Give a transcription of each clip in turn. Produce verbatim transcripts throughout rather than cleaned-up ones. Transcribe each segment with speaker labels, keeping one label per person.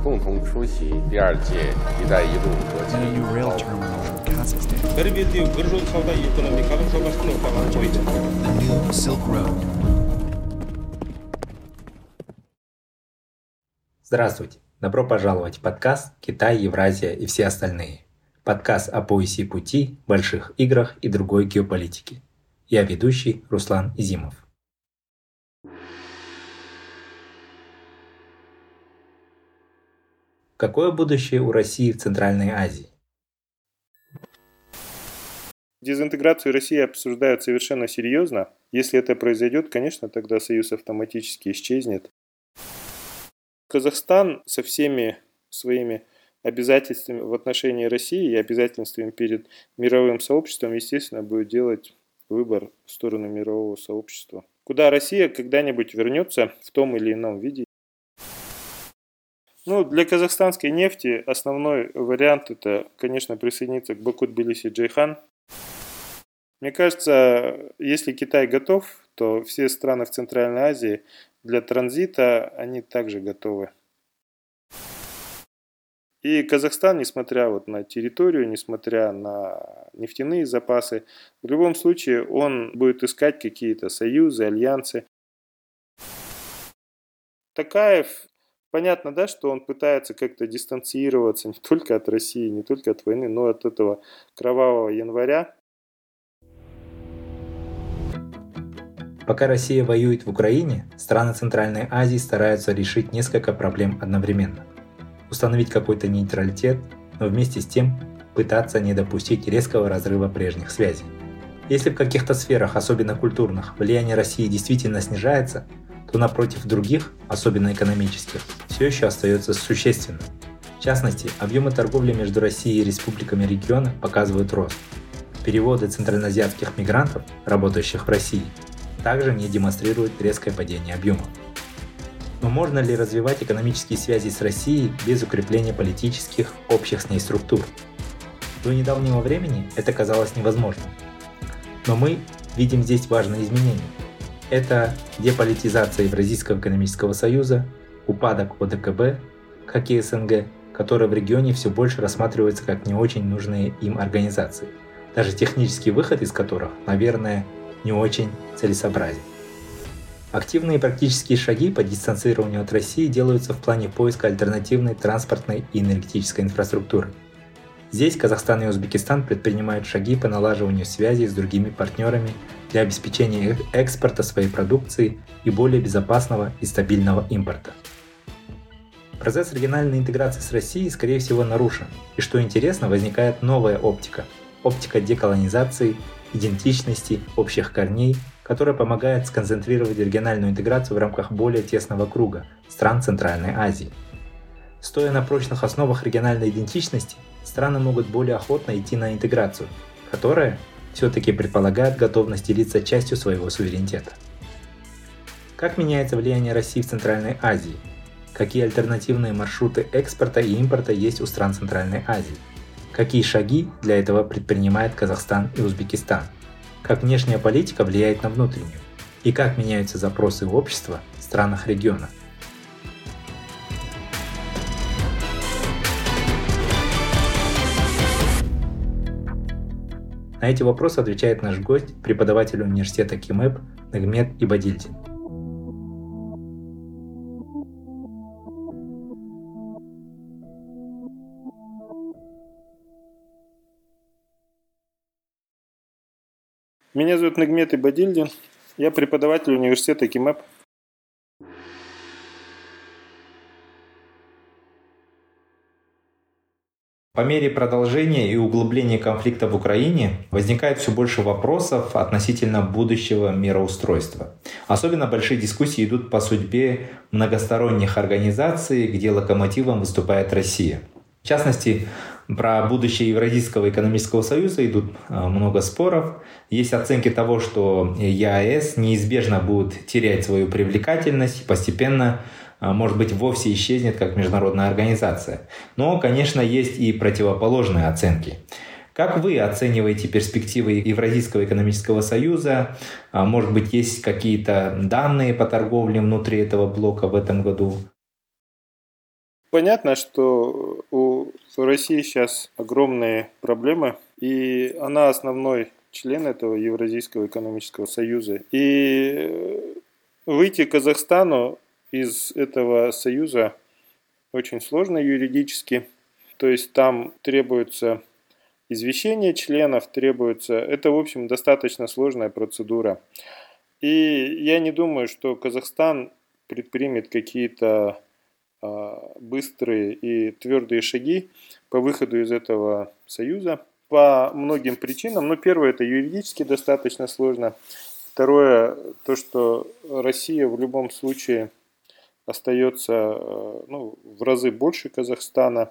Speaker 1: 共同出席第二届“一带一路”国际高峰。
Speaker 2: Здравствуйте! Добро пожаловать в подкаст «Китай, Евразия и все остальные». Подкаст о поясе пути, больших играх и другой геополитике. Я ведущий Руслан Изимов. Какое будущее у России в Центральной Азии?
Speaker 3: Дезинтеграцию России обсуждают совершенно серьезно. Если это произойдет, конечно, тогда Союз автоматически исчезнет. Казахстан со всеми своими обязательствами в отношении России и обязательствами перед мировым сообществом, естественно, будет делать выбор в сторону мирового сообщества, куда Россия когда-нибудь вернется в том или ином виде. Ну, для казахстанской нефти основной вариант – это, конечно, присоединиться к Баку-Тбилиси-Джейхан. Мне кажется, если Китай готов, то все страны в Центральной Азии для транзита они также готовы. И Казахстан, несмотря вот на территорию, несмотря на нефтяные запасы, в любом случае он будет искать какие-то союзы, альянсы. Такаев, понятно, да, что он пытается как-то дистанцироваться не только от России, не только от войны, но и от этого кровавого января.
Speaker 2: Пока Россия воюет в Украине, страны Центральной Азии стараются решить несколько проблем одновременно. Установить какой-то нейтралитет, но вместе с тем пытаться не допустить резкого разрыва прежних связей. Если в каких-то сферах, особенно культурных, влияние России действительно снижается, то напротив других, особенно экономических, все еще остается существенным. В частности, объемы торговли между Россией и республиками региона показывают рост. Переводы центральноазиатских мигрантов, работающих в России, также не демонстрируют резкое падение объемов. Но можно ли развивать экономические связи с Россией без укрепления политических, общих с ней структур? До недавнего времени это казалось невозможным. Но мы видим здесь важные изменения. Это деполитизация Евразийского экономического союза, упадок ОДКБ, как и СНГ, которые в регионе все больше рассматриваются как не очень нужные им организации, даже технический выход из которых, наверное, не очень целесообразен. Активные практические шаги по дистанцированию от России делаются в плане поиска альтернативной транспортной и энергетической инфраструктуры. Здесь Казахстан и Узбекистан предпринимают шаги по налаживанию связей с другими партнерами для обеспечения экспорта своей продукции и более безопасного и стабильного импорта. Процесс региональной интеграции с Россией, скорее всего, нарушен, и, что интересно, возникает новая оптика – оптика деколонизации, идентичности, общих корней, которая помогает сконцентрировать региональную интеграцию в рамках более тесного круга стран Центральной Азии. Стоя на прочных основах региональной идентичности, страны могут более охотно идти на интеграцию, которая все-таки предполагает готовность делиться частью своего суверенитета. Как меняется влияние России в Центральной Азии? Какие альтернативные маршруты экспорта и импорта есть у стран Центральной Азии? Какие шаги для этого предпринимает Казахстан и Узбекистан? Как внешняя политика влияет на внутреннюю? И как меняются запросы общества в странах региона? На эти вопросы отвечает наш гость, преподаватель университета КИМЭП Нигмет Ибадильдин.
Speaker 3: Меня зовут Нигмет Ибадильдин, я преподаватель университета КИМЭП.
Speaker 2: По мере продолжения и углубления конфликта в Украине возникает все больше вопросов относительно будущего мироустройства. Особенно большие дискуссии идут по судьбе многосторонних организаций, где локомотивом выступает Россия. В частности, про будущее Евразийского экономического союза идут много споров. Есть оценки того, что ЕАЭС неизбежно будет терять свою привлекательность и постепенно, может быть, вовсе исчезнет как международная организация. Но, конечно, есть и противоположные оценки. Как вы оцениваете перспективы Евразийского экономического союза? Может быть, есть какие-то данные по торговле внутри этого блока в этом году?
Speaker 3: Понятно, что у России сейчас огромные проблемы, и она основной член этого Евразийского экономического союза. И выйти Казахстану из этого союза очень сложно юридически. То есть там требуется извещение членов, требуется... Это, в общем, достаточно сложная процедура. И я не думаю, что Казахстан предпримет какие-то быстрые и твердые шаги по выходу из этого союза по многим причинам. Ну, первое, это юридически достаточно сложно. Второе, то, что Россия в любом случае остается ну, в разы больше Казахстана.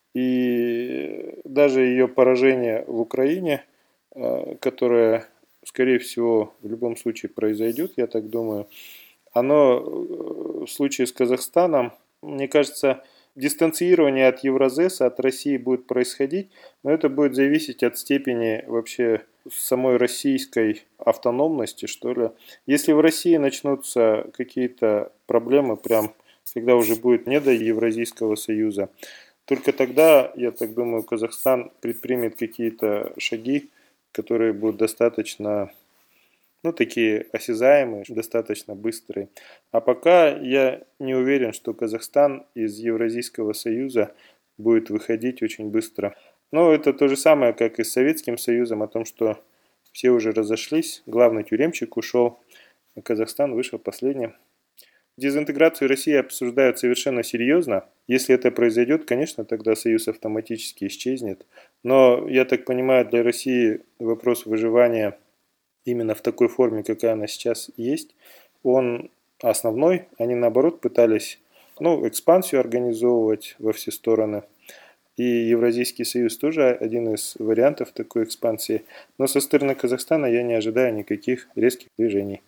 Speaker 3: И даже ее поражение в Украине, которое, скорее всего, в любом случае произойдет, я так думаю, оно в случае с Казахстаном, мне кажется, дистанцирование от Евразеса, от России будет происходить, но это будет зависеть от степени вообще самой российской автономности, что ли. Если в России начнутся какие-то проблемы, прям когда уже будет не до Евразийского союза, только тогда, я так думаю, Казахстан предпримет какие-то шаги, которые будут достаточно... Ну, такие осязаемые, достаточно быстрые. А пока я не уверен, что Казахстан из Евразийского союза будет выходить очень быстро. Но это то же самое, как и с Советским Союзом, о том, что все уже разошлись, главный тюремщик ушел, а Казахстан вышел последним. Дезинтеграцию России обсуждают совершенно серьезно. Если это произойдет, конечно, тогда союз автоматически исчезнет. Но, я так понимаю, для России вопрос выживания именно в такой форме, какая она сейчас есть, он основной. Они, наоборот, пытались ну, экспансию организовывать во все стороны. И Евразийский союз тоже один из вариантов такой экспансии. Но со стороны Казахстана я не ожидаю никаких резких движений.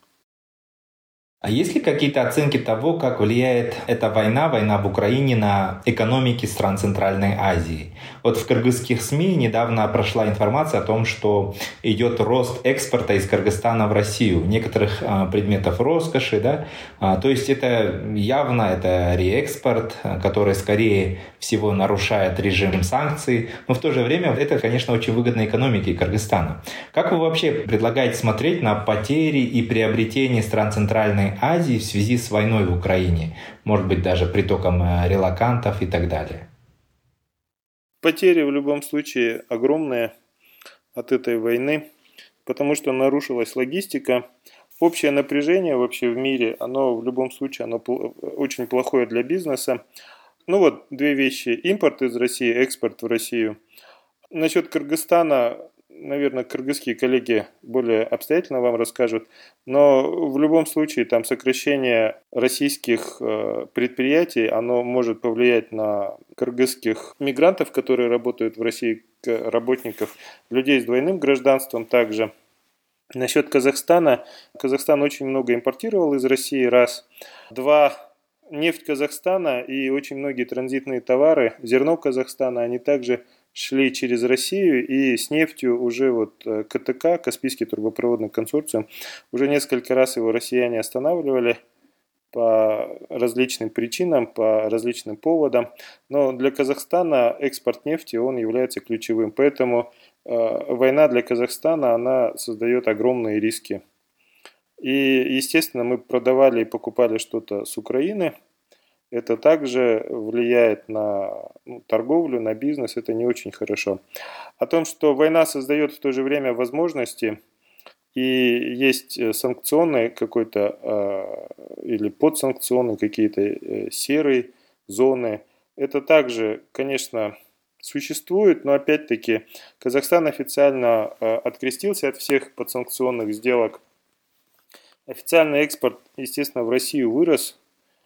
Speaker 2: А есть ли какие-то оценки того, как влияет эта война, война в Украине на экономики стран Центральной Азии? Вот в кыргызских СМИ недавно прошла информация о том, что идет рост экспорта из Кыргызстана в Россию некоторых а, предметов роскоши, да? А, то есть это явно это реэкспорт, который скорее всего нарушает режим санкций, но в то же время это, конечно, очень выгодно экономике Кыргызстана. Как вы вообще предлагаете смотреть на потери и приобретения стран Центральной Азии в связи с войной в Украине, может быть, даже притоком релокантов и так далее?
Speaker 3: Потери в любом случае огромные от этой войны, потому что нарушилась логистика. Общее напряжение вообще в мире, оно в любом случае оно очень плохое для бизнеса. Ну вот две вещи. Импорт из России, экспорт в Россию. Насчет Кыргызстана, наверное, кыргызские коллеги более обстоятельно вам расскажут, но в любом случае там сокращение российских предприятий, оно может повлиять на кыргызских мигрантов, которые работают в России, работников, людей с двойным гражданством также. Насчет Казахстана. Казахстан очень много импортировал из России, раз. Два. Нефть Казахстана и очень многие транзитные товары, зерно Казахстана, они также шли через Россию, и с нефтью уже вот КТК, Каспийский трубопроводный консорциум, уже несколько раз его россияне останавливали по различным причинам, по различным поводам. Но для Казахстана экспорт нефти, он является ключевым. Поэтому э, война для Казахстана, она создает огромные риски. И, естественно, мы продавали и покупали что-то с Украины. Это также влияет на ну, торговлю, на бизнес. Это не очень хорошо. О том, что война создает в то же время возможности, и есть санкционные какой-то э, или подсанкционные какие-то э, серые зоны. Это также, конечно, существует, но опять-таки Казахстан официально э, открестился от всех подсанкционных сделок. Официальный экспорт, естественно, в Россию вырос.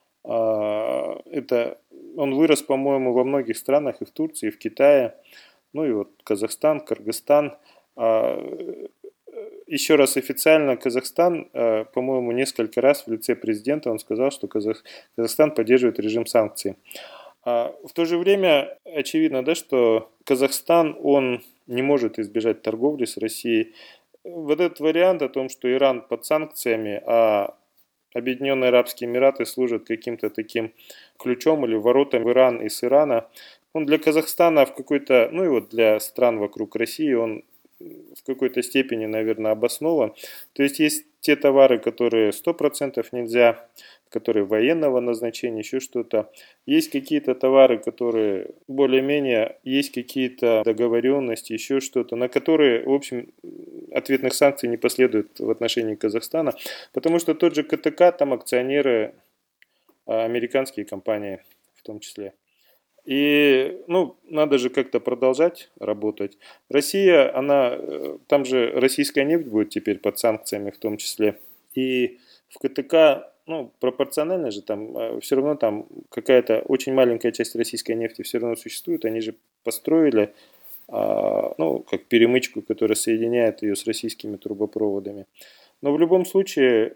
Speaker 3: Э, это, он вырос, по-моему, во многих странах, и в Турции, и в Китае. Ну и вот Казахстан, Кыргызстан. Э, Еще раз официально Казахстан, по-моему, несколько раз в лице президента он сказал, что Казахстан поддерживает режим санкций. В то же время очевидно, да, что Казахстан, он не может избежать торговли с Россией. Вот этот вариант о том, что Иран под санкциями, а Объединенные Арабские Эмираты служат каким-то таким ключом или воротом в Иран из Ирана. Он для Казахстана в какой-то, ну и вот для стран вокруг России, он в какой-то степени, наверное, обоснован. То есть есть те товары, которые сто процентов нельзя, которые военного назначения, еще что-то. Есть какие-то товары, которые более-менее, есть какие-то договоренности, еще что-то, на которые, в общем, ответных санкций не последует в отношении Казахстана, потому что тот же КТК, там акционеры американские компании в том числе. И, ну, надо же как-то продолжать работать. Россия, она, там же российская нефть будет теперь под санкциями в том числе. И в КТК, ну, пропорционально же там, все равно там какая-то очень маленькая часть российской нефти все равно существует. Они же построили, ну, как перемычку, которая соединяет ее с российскими трубопроводами. Но в любом случае,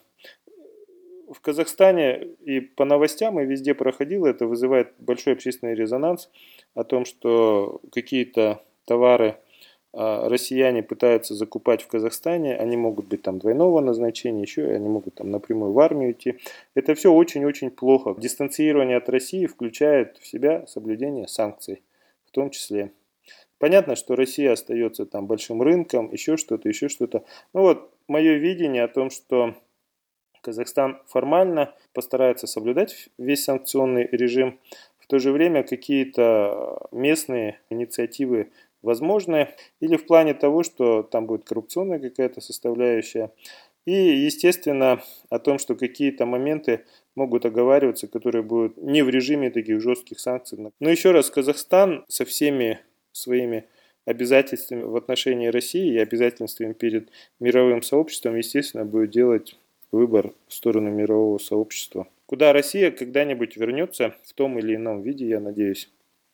Speaker 3: в Казахстане и по новостям, и везде проходило, это вызывает большой общественный резонанс о том, что какие-то товары россияне пытаются закупать в Казахстане, они могут быть там двойного назначения, еще и они могут там напрямую в армию идти. Это все очень-очень плохо. Дистанцирование от России включает в себя соблюдение санкций в том числе. Понятно, что Россия остается там большим рынком, еще что-то, еще что-то. Ну вот мое видение о том, что Казахстан формально постарается соблюдать весь санкционный режим, в то же время какие-то местные инициативы возможны, или в плане того, что там будет коррупционная какая-то составляющая, и, естественно, о том, что какие-то моменты могут оговариваться, которые будут не в режиме таких жестких санкций. Но еще раз, Казахстан со всеми своими обязательствами в отношении России и обязательствами перед мировым сообществом, естественно, будет делать выбор в сторону мирового сообщества, куда Россия когда-нибудь вернется в том или ином виде, я надеюсь.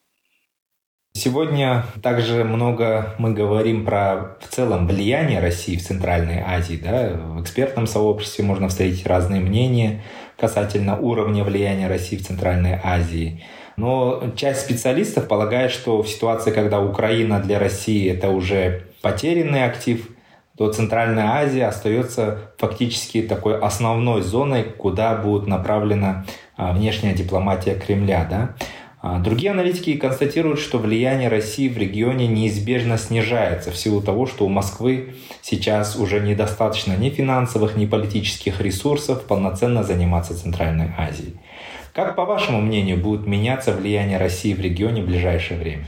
Speaker 2: Сегодня также много мы говорим про в целом влияние России в Центральной Азии. Да? В экспертном сообществе можно встретить разные мнения касательно уровня влияния России в Центральной Азии. Но часть специалистов полагает, что в ситуации, когда Украина для России это уже потерянный актив, то Центральная Азия остается фактически такой основной зоной, куда будет направлена внешняя дипломатия Кремля. Да? Другие аналитики констатируют, что влияние России в регионе неизбежно снижается в силу того, что у Москвы сейчас уже недостаточно ни финансовых, ни политических ресурсов полноценно заниматься Центральной Азией. Как, по вашему мнению, будет меняться влияние России в регионе в ближайшее время?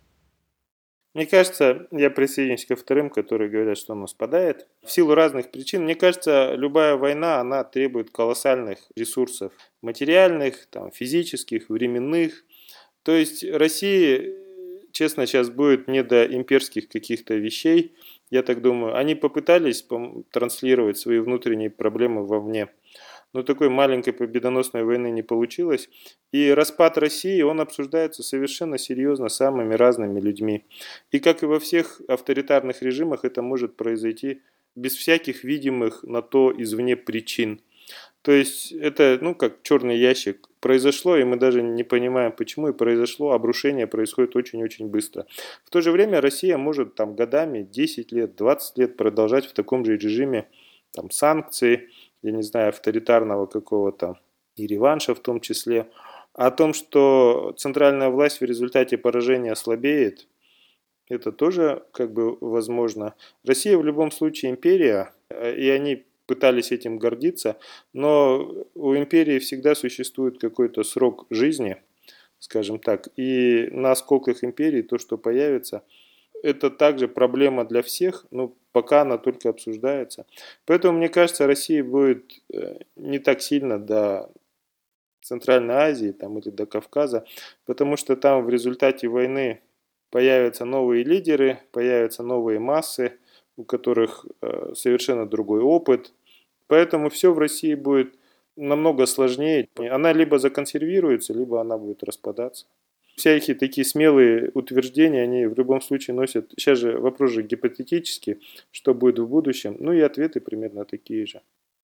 Speaker 3: Мне кажется, я присоединюсь ко вторым, которые говорят, что оно спадает. В силу разных причин. Мне кажется, любая война, она требует колоссальных ресурсов. Материальных, там, физических, временных. То есть России, честно, сейчас будет не до имперских каких-то вещей. Я так думаю, они попытались транслировать свои внутренние проблемы вовне. Но такой маленькой победоносной войны не получилось. И распад России, он обсуждается совершенно серьезно самыми разными людьми. И как и во всех авторитарных режимах, это может произойти без всяких видимых на то извне причин. То есть это, ну, как черный ящик. Произошло, и мы даже не понимаем, почему, и произошло. Обрушение происходит очень-очень быстро. В то же время Россия может там годами, десять лет, двадцать лет продолжать в таком же режиме там, санкций, я не знаю, авторитарного какого-то и реванша в том числе. О том, что центральная власть в результате поражения слабеет, это тоже как бы возможно. Россия в любом случае империя, и они пытались этим гордиться, но у империи всегда существует какой-то срок жизни, скажем так, и на осколках империи то, что появится, это также проблема для всех, но пока она только обсуждается. Поэтому, мне кажется, Россия будет не так сильно до Центральной Азии там, или до Кавказа, потому что там в результате войны появятся новые лидеры, появятся новые массы, у которых совершенно другой опыт. Поэтому все в России будет намного сложнее. Она либо законсервируется, либо она будет распадаться. Всякие такие смелые утверждения, они в любом случае носят... Сейчас же вопрос же гипотетический, что будет в будущем. Ну и ответы примерно такие же.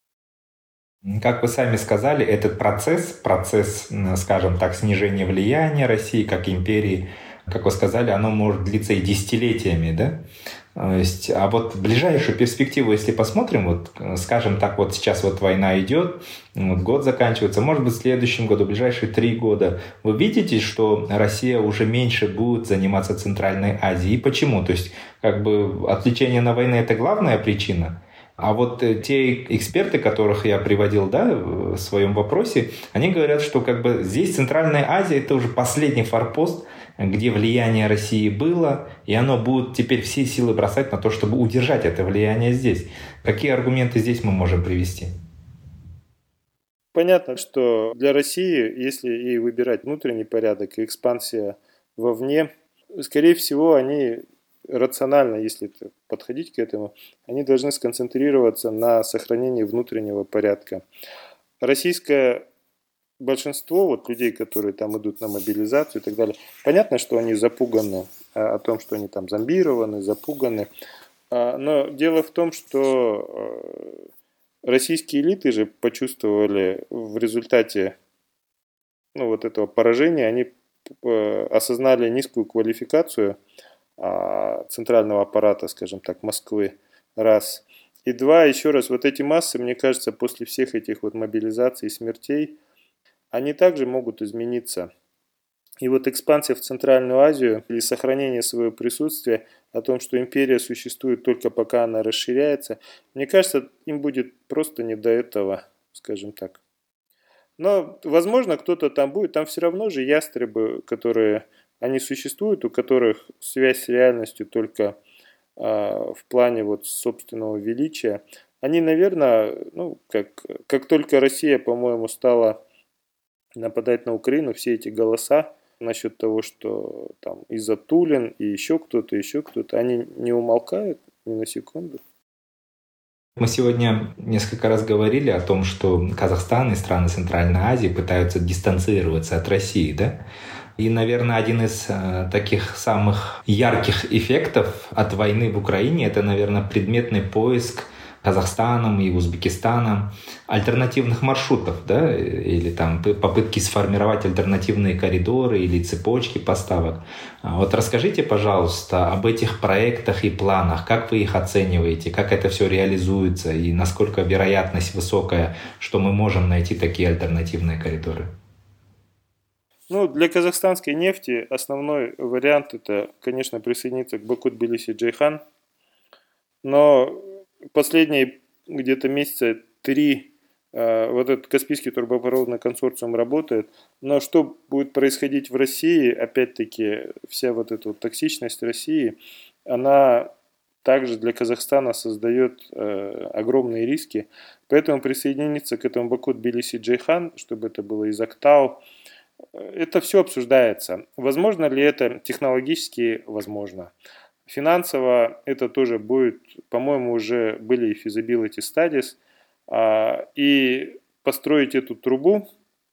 Speaker 2: Как вы сами сказали, этот процесс, процесс, скажем так, снижения влияния России как империи, как вы сказали, оно может длиться и десятилетиями, да? То есть, а вот ближайшую перспективу, если посмотрим, вот, скажем так, вот сейчас вот война идет, вот год заканчивается, может быть, в следующем году, в ближайшие три года, вы видите, что Россия уже меньше будет заниматься Центральной Азией? И почему? То есть, как бы, отвлечение на войну – это главная причина? А вот те эксперты, которых я приводил, да, в своем вопросе, они говорят, что как бы здесь Центральная Азия – это уже последний форпост, где влияние России было, и оно будет теперь все силы бросать на то, чтобы удержать это влияние здесь. Какие аргументы здесь мы можем привести?
Speaker 3: Понятно, что для России, если ей выбирать внутренний порядок и экспансия вовне, скорее всего, они рационально, если подходить к этому, они должны сконцентрироваться на сохранении внутреннего порядка. Российское большинство вот людей, которые там идут на мобилизацию и так далее, понятно, что они запуганы о том, что они там зомбированы, запуганы. Но дело в том, что российские элиты же почувствовали в результате ну, вот этого поражения, они осознали низкую квалификацию центрального аппарата, скажем так, Москвы, раз. И два, еще раз, вот эти массы, мне кажется, после всех этих вот мобилизаций и смертей, они также могут измениться. И вот экспансия в Центральную Азию или сохранение своего присутствия, о том, что империя существует только пока она расширяется, мне кажется, им будет просто не до этого, скажем так. Но, возможно, кто-то там будет, там все равно же ястребы, которые, они существуют, у которых связь с реальностью только э, в плане вот собственного величия. Они, наверное, ну, как, как только Россия, по-моему, стала нападать на Украину, все эти голоса насчет того, что там и Затулин, и еще кто-то, еще кто-то, они не умолкают ни на секунду.
Speaker 2: Мы сегодня несколько раз говорили о том, что Казахстан и страны Центральной Азии пытаются дистанцироваться от России, да? И, наверное, один из э, таких самых ярких эффектов от войны в Украине – это, наверное, предметный поиск Казахстаном и Узбекистаном альтернативных маршрутов, да, или там попытки сформировать альтернативные коридоры или цепочки поставок. Вот расскажите, пожалуйста, об этих проектах и планах, как вы их оцениваете, как это все реализуется и насколько вероятность высокая, что мы можем найти такие альтернативные коридоры?
Speaker 3: Ну, для казахстанской нефти основной вариант это, конечно, присоединиться к Баку-Тбилиси-Джейхан, но последние где-то месяца три э, вот этот Каспийский трубопроводный консорциум работает. Но что будет происходить в России, опять-таки, вся вот эта вот токсичность России, она также для Казахстана создает э, огромные риски. Поэтому присоединиться к этому Баку-Тбилиси-Джейхан, чтобы это было из Актау, это все обсуждается. Возможно ли это технологически? Возможно. Финансово это тоже будет, по-моему, уже были и feasibility studies, и построить эту трубу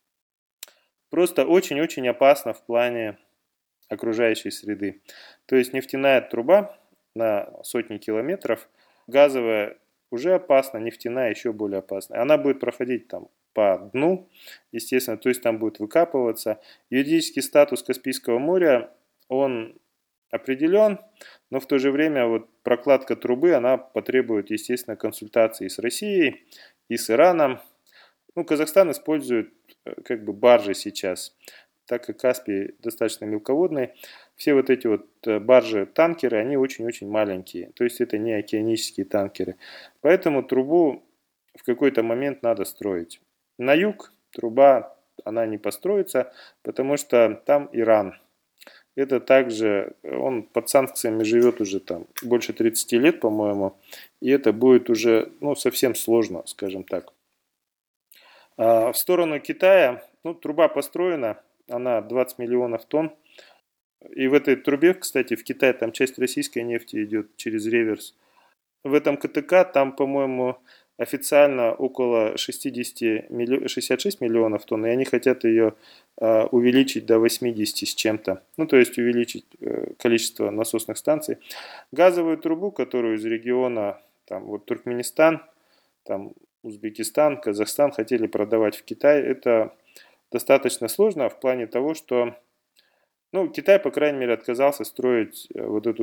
Speaker 3: просто очень-очень опасно в плане окружающей среды. То есть нефтяная труба на сотни километров, газовая уже опасна, нефтяная еще более опасна. Она будет проходить там по дну, естественно, то есть там будет выкапываться. Юридический статус Каспийского моря, он определен, но в то же время вот прокладка трубы, она потребует, естественно, консультации с Россией и с Ираном. Ну, Казахстан использует как бы баржи сейчас, так как Каспий достаточно мелководный. Все вот эти вот баржи-танкеры, они очень-очень маленькие, то есть это не океанические танкеры. Поэтому трубу в какой-то момент надо строить. На юг труба, она не построится, потому что там Иран. Это также, он под санкциями живет уже там больше тридцати лет, по-моему, и это будет уже, ну, совсем сложно, скажем так. А в сторону Китая, ну, труба построена, она двадцать миллионов тонн, и в этой трубе, кстати, в Китае там часть российской нефти идет через реверс. В этом КТК там, по-моему, официально около шестьдесят, шестьдесят шесть миллионов тонн, и они хотят ее э, увеличить до восьмидесяти с чем-то. Ну, то есть увеличить э, количество насосных станций. Газовую трубу, которую из региона, там, вот Туркменистан, там, Узбекистан, Казахстан хотели продавать в Китай, это достаточно сложно в плане того, что Ну, Китай, по крайней мере, отказался строить вот эту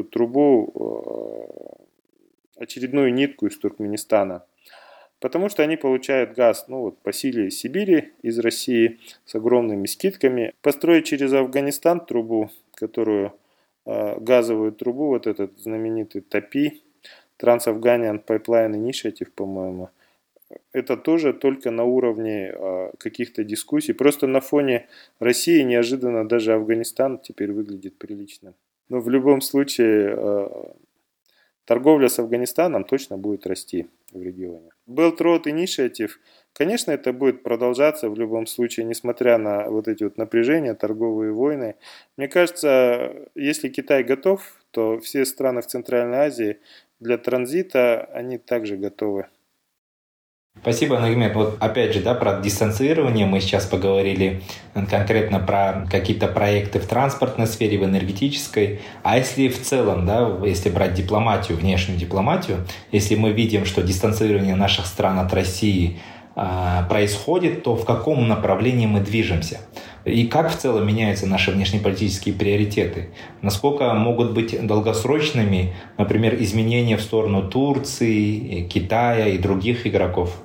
Speaker 3: трубу, очередную нитку из Туркменистана. Потому что они получают газ, ну вот по силе Сибири из России с огромными скидками. Построить через Афганистан трубу, которую э, газовую трубу, вот этот знаменитый ТАПИ, Trans-Afghanian Pipeline Initiative, по-моему, это тоже только на уровне э, каких-то дискуссий. Просто на фоне России неожиданно даже Афганистан теперь выглядит прилично. Но в любом случае э, торговля с Афганистаном точно будет расти в регионе. Belt Road Initiative, конечно, это будет продолжаться в любом случае, несмотря на вот эти вот напряжения, торговые войны. Мне кажется, если Китай готов, то все страны в Центральной Азии для транзита, они также готовы.
Speaker 2: Спасибо, Нагмет. Вот опять же, да, про дистанцирование мы сейчас поговорили конкретно про какие-то проекты в транспортной сфере, в энергетической. А если в целом, да, если брать дипломатию, внешнюю дипломатию, если мы видим, что дистанцирование наших стран от России э, происходит, то в каком направлении мы движемся? И как в целом меняются наши внешнеполитические приоритеты? Насколько могут быть долгосрочными, например, изменения в сторону Турции, Китая и других игроков?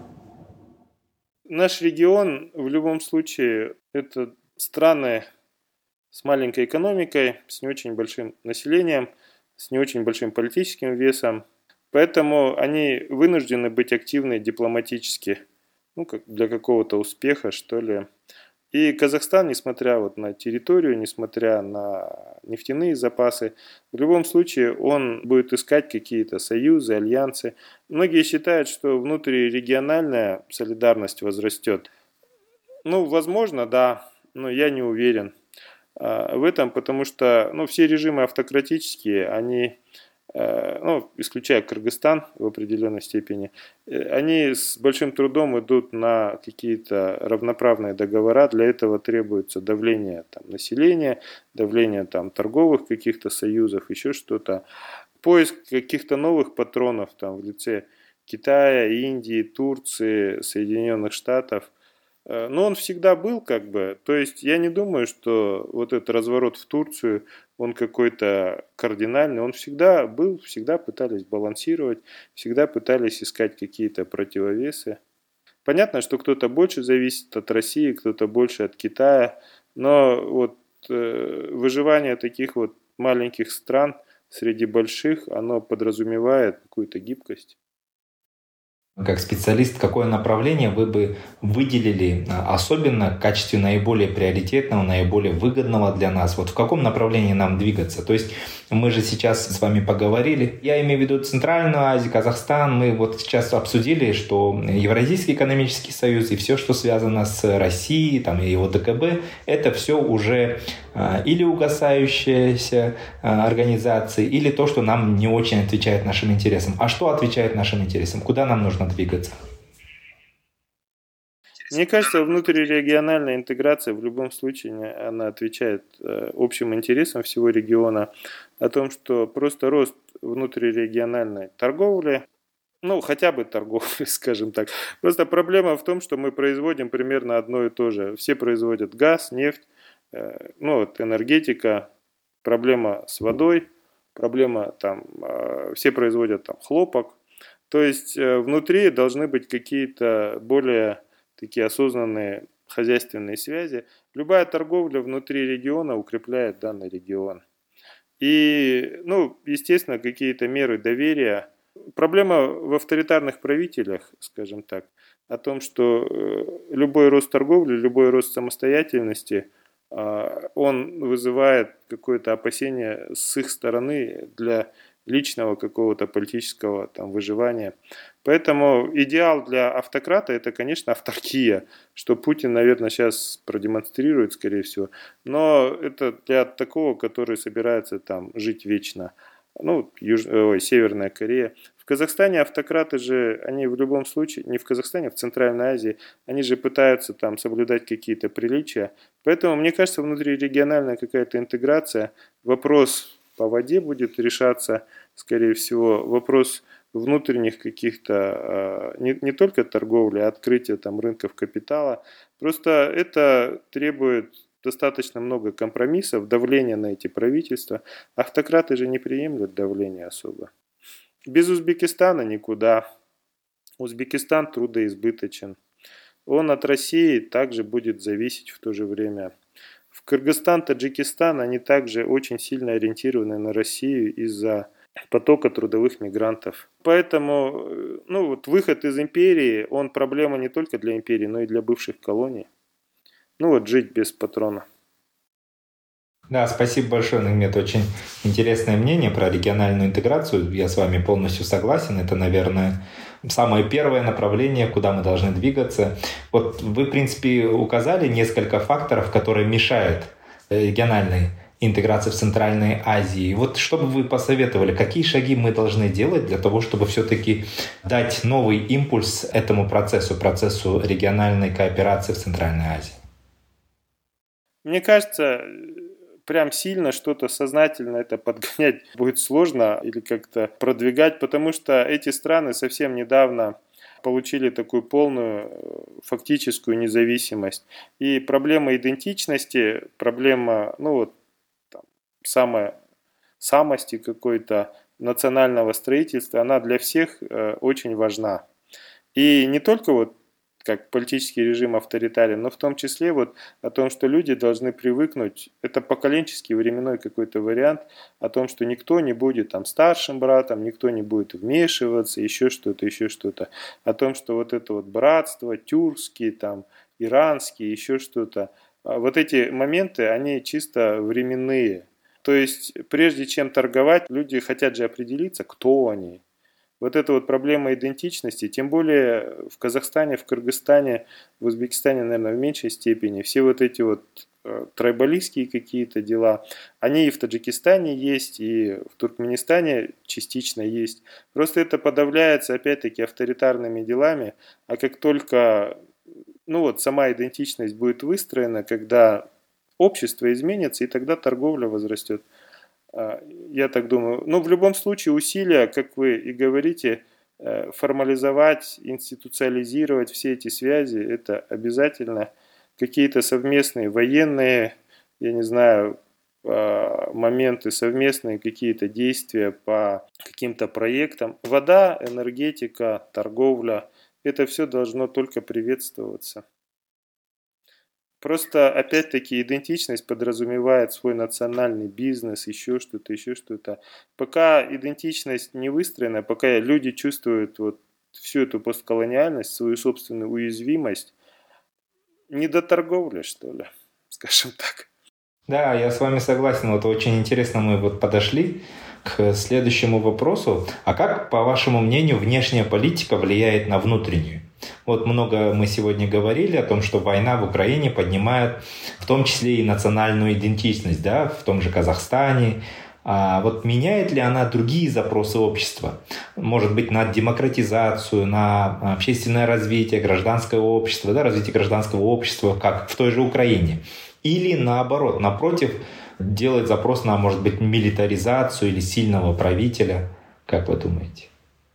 Speaker 3: Наш регион в любом случае это страны с маленькой экономикой, с не очень большим населением, с не очень большим политическим весом. Поэтому они вынуждены быть активны дипломатически, ну, как для какого-то успеха, что ли. И Казахстан, несмотря вот на территорию, несмотря на нефтяные запасы, в любом случае он будет искать какие-то союзы, альянсы. Многие считают, что внутрирегиональная солидарность возрастет. Ну, возможно, да, но я не уверен в этом, потому что ну, все режимы автократические, они... ну, исключая Кыргызстан в определенной степени, они с большим трудом идут на какие-то равноправные договора. Для этого требуется давление там, населения, давление там, торговых каких-то союзов, еще что-то. Поиск каких-то новых патронов там, в лице Китая, Индии, Турции, Соединенных Штатов. Но он всегда был как бы, то есть я не думаю, что вот этот разворот в Турцию, он какой-то кардинальный, он всегда был, всегда пытались балансировать, всегда пытались искать какие-то противовесы. Понятно, что кто-то больше зависит от России, кто-то больше от Китая, но вот э, выживание таких вот маленьких стран среди больших, оно подразумевает какую-то гибкость.
Speaker 2: Как специалист, какое направление вы бы выделили особенно в качестве наиболее приоритетного, наиболее выгодного для нас? Вот в каком направлении нам двигаться? То есть мы же сейчас с вами поговорили, я имею в виду Центральную Азию, Казахстан, мы вот сейчас обсудили, что Евразийский экономический союз и все, что связано с Россией, там, и его ДКБ, это все уже или угасающиеся организации, или то, что нам не очень отвечает нашим интересам. А что отвечает нашим интересам? Куда нам нужно двигаться?
Speaker 3: Мне кажется, внутрирегиональная интеграция в любом случае она отвечает общим интересам всего региона о том, что просто рост внутрирегиональной торговли, ну хотя бы торговли, скажем так. Просто проблема в том, что мы производим примерно одно и то же. Все производят газ, нефть, ну вот энергетика, проблема с водой, проблема там, все производят там хлопок. То есть внутри должны быть какие-то более такие осознанные хозяйственные связи. Любая торговля внутри региона укрепляет данный регион. И, ну, естественно, какие-то меры доверия. Проблема в авторитарных правителях, скажем так, о том, что любой рост торговли, любой рост самостоятельности, он вызывает какое-то опасение с их стороны для личного какого-то политического там, выживания. Поэтому идеал для автократа это, конечно, авторкия, что Путин, наверное, сейчас продемонстрирует, скорее всего. Но это для такого, который собирается там жить вечно. Ну, Юж... Ой, Северная Корея. В Казахстане автократы же, они в любом случае, не в Казахстане, а в Центральной Азии, они же пытаются там соблюдать какие-то приличия. Поэтому, мне кажется, внутрирегиональная какая-то интеграция, вопрос по воде будет решаться, скорее всего, вопрос внутренних каких-то, не, не только торговли, а открытия там рынков капитала. Просто это требует достаточно много компромиссов, давления на эти правительства. Автократы же не приемлют давления особо. Без Узбекистана никуда. Узбекистан трудоизбыточен. Он от России также будет зависеть в то же время. В Кыргызстан, Таджикистан, они также очень сильно ориентированы на Россию из-за потока трудовых мигрантов. Поэтому ну, вот выход из империи, он проблема не только для империи, но и для бывших колоний. Ну вот жить без патрона.
Speaker 2: Да, спасибо большое, Нагмет. Очень интересное мнение про региональную интеграцию. Я с вами полностью согласен. Это, наверное, самое первое направление, куда мы должны двигаться. Вот вы, в принципе, указали несколько факторов, которые мешают региональной интеграции в Центральной Азии. Вот что бы вы посоветовали, какие шаги мы должны делать для того, чтобы все-таки дать новый импульс этому процессу, процессу региональной кооперации в Центральной Азии?
Speaker 3: Мне кажется, прям сильно что-то сознательно это подгонять будет сложно или как-то продвигать, потому что эти страны совсем недавно получили такую полную фактическую независимость. И проблема идентичности, проблема, ну вот, там, самой, самости какой-то, национального строительства, она для всех э, очень важна. И не только вот как политический режим авторитарен, но в том числе вот о том, что люди должны привыкнуть, это поколенческий временной какой-то вариант, о том, что никто не будет там старшим братом, никто не будет вмешиваться, еще что-то, еще что-то, о том, что вот это вот братство, тюркские, там, иранские, еще что-то, вот эти моменты, они чисто временные. То есть, прежде чем торговать, люди хотят же определиться, кто они. Вот эта вот проблема идентичности, тем более в Казахстане, в Кыргызстане, в Узбекистане, наверное, в меньшей степени, все вот эти вот э, трайбалистские какие-то дела, они и в Таджикистане есть, и в Туркменистане частично есть. Просто это подавляется, опять-таки, авторитарными делами, а как только ну вот, сама идентичность будет выстроена, когда общество изменится, и тогда торговля возрастет. Я так думаю. Но в любом случае усилия, как вы и говорите, формализовать, институциализировать все эти связи, это обязательно. Какие-то совместные военные, я не знаю, моменты, совместные какие-то действия по каким-то проектам. Вода, энергетика, торговля, это все должно только приветствоваться. Просто, опять-таки, идентичность подразумевает свой национальный бизнес, еще что-то, еще что-то. Пока идентичность не выстроена, пока люди чувствуют вот всю эту постколониальность, свою собственную уязвимость, не до торговли, что ли, скажем так.
Speaker 2: Да, я с вами согласен. Вот очень интересно мы вот подошли к следующему вопросу. А как, по вашему мнению, внешняя политика влияет на внутреннюю? Вот много мы сегодня говорили о том, что война в Украине поднимает в том числе и национальную идентичность, да, в том же Казахстане. А вот меняет ли она другие запросы общества? Может быть, на демократизацию, на общественное развитие, гражданское общество, да, развитие гражданского общества, как в той же Украине? Или наоборот, напротив, делает запрос на, может быть, милитаризацию или сильного правителя? Как вы думаете?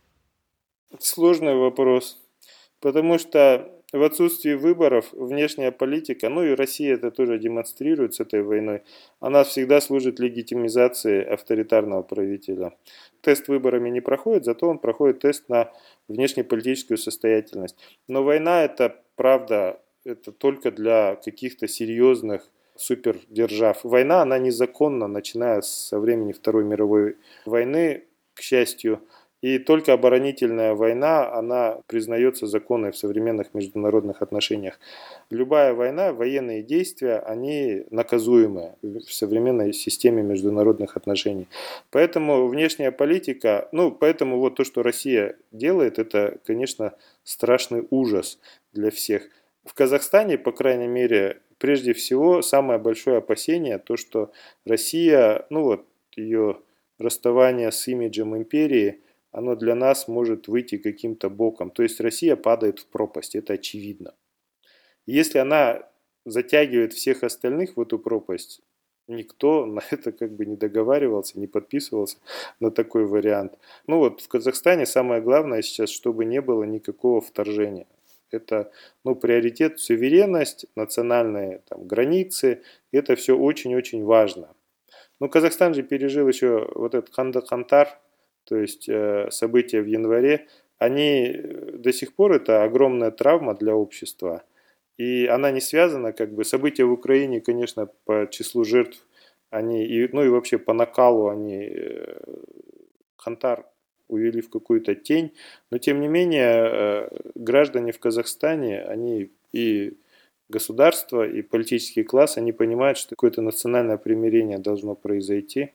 Speaker 3: Сложный вопрос. Потому что в отсутствии выборов внешняя политика, ну и Россия это тоже демонстрирует с этой войной, она всегда служит легитимизации авторитарного правителя. Тест выборами не проходит, зато он проходит тест на внешнеполитическую состоятельность. Но война это правда, это только для каких-то серьезных супердержав. Война, она незаконна, начиная со времени Второй мировой войны, к счастью. И только оборонительная война, она признается законной в современных международных отношениях. Любая война, военные действия, они наказуемы в современной системе международных отношений. Поэтому внешняя политика, ну, поэтому вот то, что Россия делает, это, конечно, страшный ужас для всех. В Казахстане, по крайней мере, прежде всего, самое большое опасение, то, что Россия, ну вот, ее расставание с имиджем империи, оно для нас может выйти каким-то боком. То есть Россия падает в пропасть, это очевидно. Если она затягивает всех остальных в эту пропасть, никто на это как бы не договаривался, не подписывался на такой вариант. Ну вот в Казахстане самое главное сейчас, чтобы не было никакого вторжения. Это ну, приоритет, суверенность, национальные там, границы. Это все очень-очень важно. Но Казахстан же пережил еще вот этот Ханда-Кантар, то есть э, события в январе. Они до сих пор это огромная травма для общества. И она не связана, как бы, события в Украине, конечно, по числу жертв, они, и, ну и вообще по накалу они э, Кантар увели в какую-то тень. Но тем не менее, э, граждане в Казахстане, они и государство, и политический класс, они понимают, что какое-то национальное примирение должно произойти.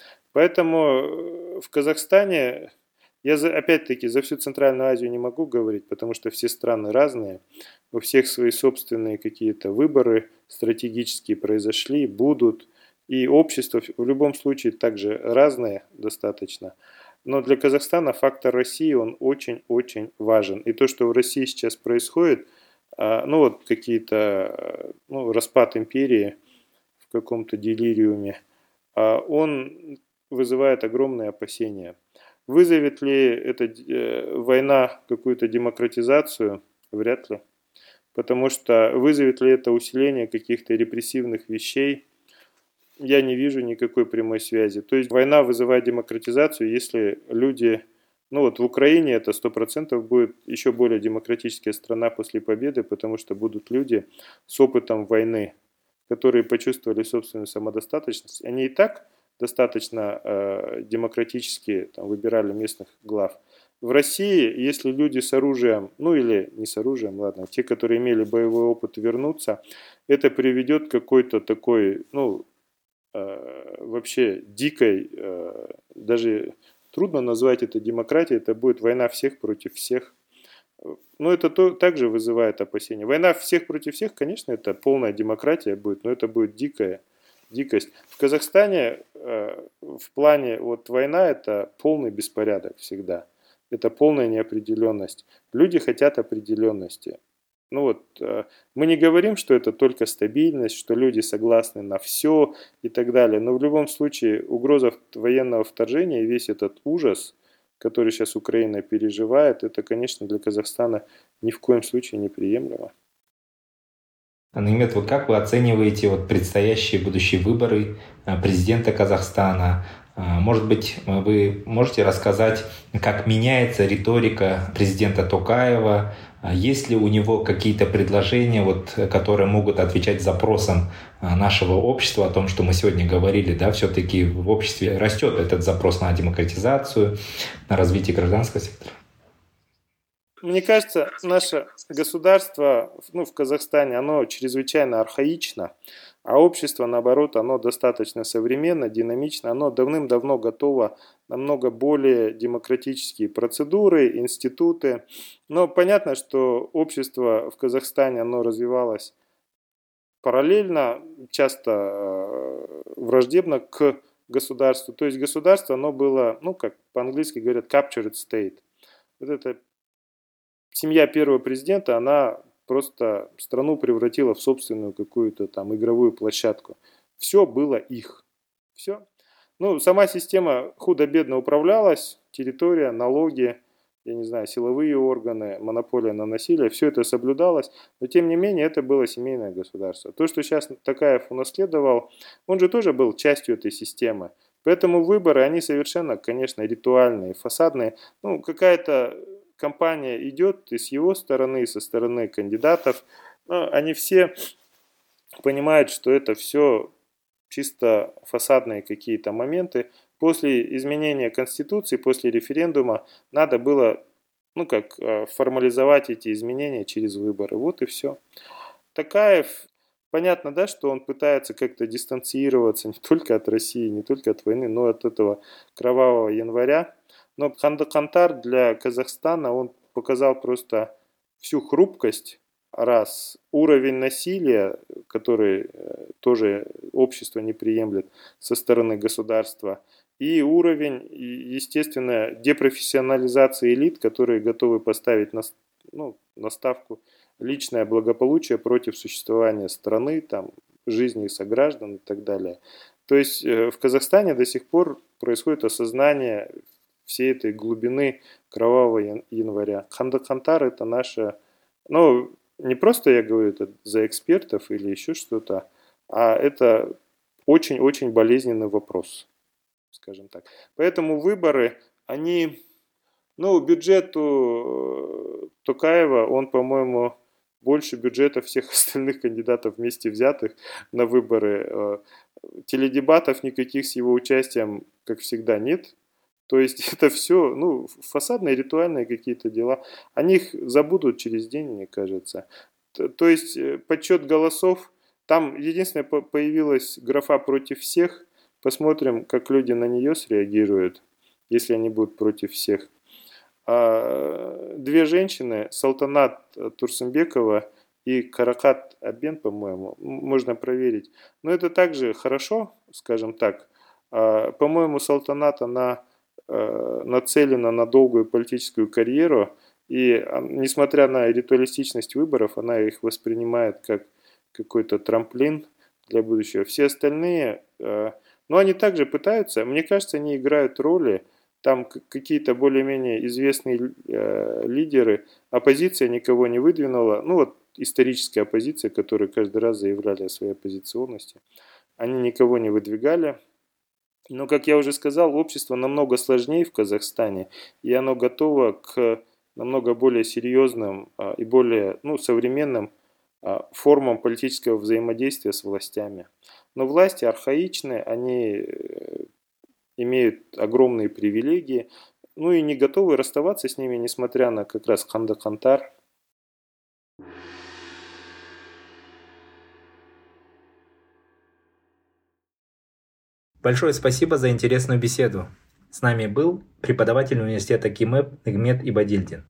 Speaker 3: Поэтому в Казахстане, я за, опять-таки за всю Центральную Азию не могу говорить, потому что все страны разные, у всех свои собственные какие-то выборы стратегические произошли, будут, и общество в любом случае также разное достаточно. Но для Казахстана фактор России, он очень-очень важен. И то, что в России сейчас происходит, ну вот какие-то, ну, распад империи в каком-то делириуме, он вызывает огромные опасения. Вызовет ли эта война какую-то демократизацию? Вряд ли. Потому что вызовет ли это усиление каких-то репрессивных вещей? Я не вижу никакой прямой связи. То есть война вызывает демократизацию, если люди... Ну вот в Украине это сто процентов будет еще более демократическая страна после победы, потому что будут люди с опытом войны, которые почувствовали собственную самодостаточность. Они и так достаточно э, демократически там, выбирали местных глав. В России, если люди с оружием, ну или не с оружием, ладно, те, которые имели боевой опыт, вернутся, это приведет к какой-то такой, ну, э, вообще дикой, э, даже трудно назвать это демократией, это будет война всех против всех. Но это то, также вызывает опасения. Война всех против всех, конечно, это полная демократия будет, но это будет дикая дикость. В Казахстане э, в плане вот война это полный беспорядок всегда. Это полная неопределенность. Люди хотят определенности. Ну вот, э, мы не говорим, что это только стабильность, что люди согласны на все и так далее. Но в любом случае угроза военного вторжения и весь этот ужас, который сейчас Украина переживает, это, конечно, для Казахстана ни в коем случае неприемлемо.
Speaker 2: Нагимет, вот как вы оцениваете вот предстоящие будущие выборы президента Казахстана? Может быть, вы можете рассказать, как меняется риторика президента Токаева? Есть ли у него какие-то предложения, вот, которые могут отвечать запросам нашего общества, о том, что мы сегодня говорили, да, все-таки в обществе растет этот запрос на демократизацию, на развитие гражданского сектора?
Speaker 3: Мне кажется, наше государство, ну, в Казахстане, оно чрезвычайно архаично, а общество, наоборот, оно достаточно современно, динамично, оно давным-давно готово намного более демократические процедуры, институты. Но понятно, что общество в Казахстане, оно развивалось параллельно, часто враждебно к государству. То есть государство, оно было, ну, как по-английски говорят, captured state. Вот это семья первого президента, она просто страну превратила в собственную какую-то там игровую площадку. Все было их. Все. Ну, сама система худо-бедно управлялась, территория, налоги, я не знаю, силовые органы, монополия на насилие, все это соблюдалось, но тем не менее это было семейное государство. То, что сейчас Токаев унаследовал, он же тоже был частью этой системы. Поэтому выборы, они совершенно, конечно, ритуальные, фасадные. Ну, какая-то кампания идет и с его стороны, и со стороны кандидатов. Но они все понимают, что это все чисто фасадные какие-то моменты. После изменения Конституции, после референдума надо было, ну как, формализовать эти изменения через выборы. Вот и все. Токаев, понятно, да, что он пытается как-то дистанцироваться не только от России, не только от войны, но и от этого кровавого января. Но Ханда-Кантар для Казахстана, он показал просто всю хрупкость, раз, уровень насилия, который тоже общество не приемлет со стороны государства, и уровень, естественно, депрофессионализации элит, которые готовы поставить на, ну, на ставку личное благополучие против существования страны, там, жизни сограждан и так далее. То есть в Казахстане до сих пор происходит осознание всей этой глубины кровавого января. Ханда-Кантар – это наша Но не просто я говорю это за экспертов или еще что-то, а это очень-очень болезненный вопрос, скажем так. Поэтому выборы, они, ну, бюджет у Токаева, он, по-моему, больше бюджета всех остальных кандидатов вместе взятых на выборы. Теледебатов никаких с его участием, как всегда, нет. То есть это все, ну, фасадные, ритуальные какие-то дела. О них забудут через день, мне кажется. То есть подсчет голосов, там единственное появилась графа против всех. Посмотрим, как люди на нее среагируют, если они будут против всех. Две женщины, Салтанат Турсынбекова и Каракат Абен, по-моему, можно проверить. Но это также хорошо, скажем так. По-моему, Салтанат, она нацелена на долгую политическую карьеру, и несмотря на ритуалистичность выборов, она их воспринимает как какой-то трамплин для будущего. Все остальные, но они также пытаются, мне кажется, они играют роли, там какие-то более-менее известные лидеры, оппозиция никого не выдвинула, ну вот историческая оппозиция, которые каждый раз заявляли о своей оппозиционности, они никого не выдвигали. Но, как я уже сказал, общество намного сложнее в Казахстане, и оно готово к намного более серьезным и более, ну, современным формам политического взаимодействия с властями. Но власти архаичные, они имеют огромные привилегии, ну и не готовы расставаться с ними, несмотря на как раз Ханда-Кантар.
Speaker 2: Большое спасибо за интересную беседу. С нами был преподаватель университета КИМЭП Нигмет Ибадильдин.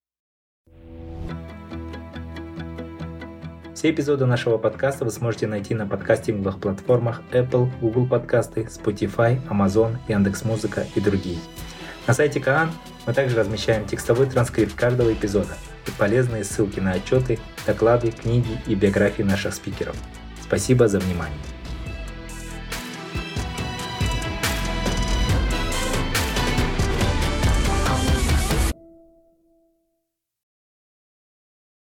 Speaker 2: Все эпизоды нашего подкаста вы сможете найти на подкастинговых платформах Apple, Google подкасты, Spotify, Amazon, Яндекс.Музыка и другие. На сайте Каан мы также размещаем текстовой транскрипт каждого эпизода и полезные ссылки на отчеты, доклады, книги и биографии наших спикеров. Спасибо за внимание.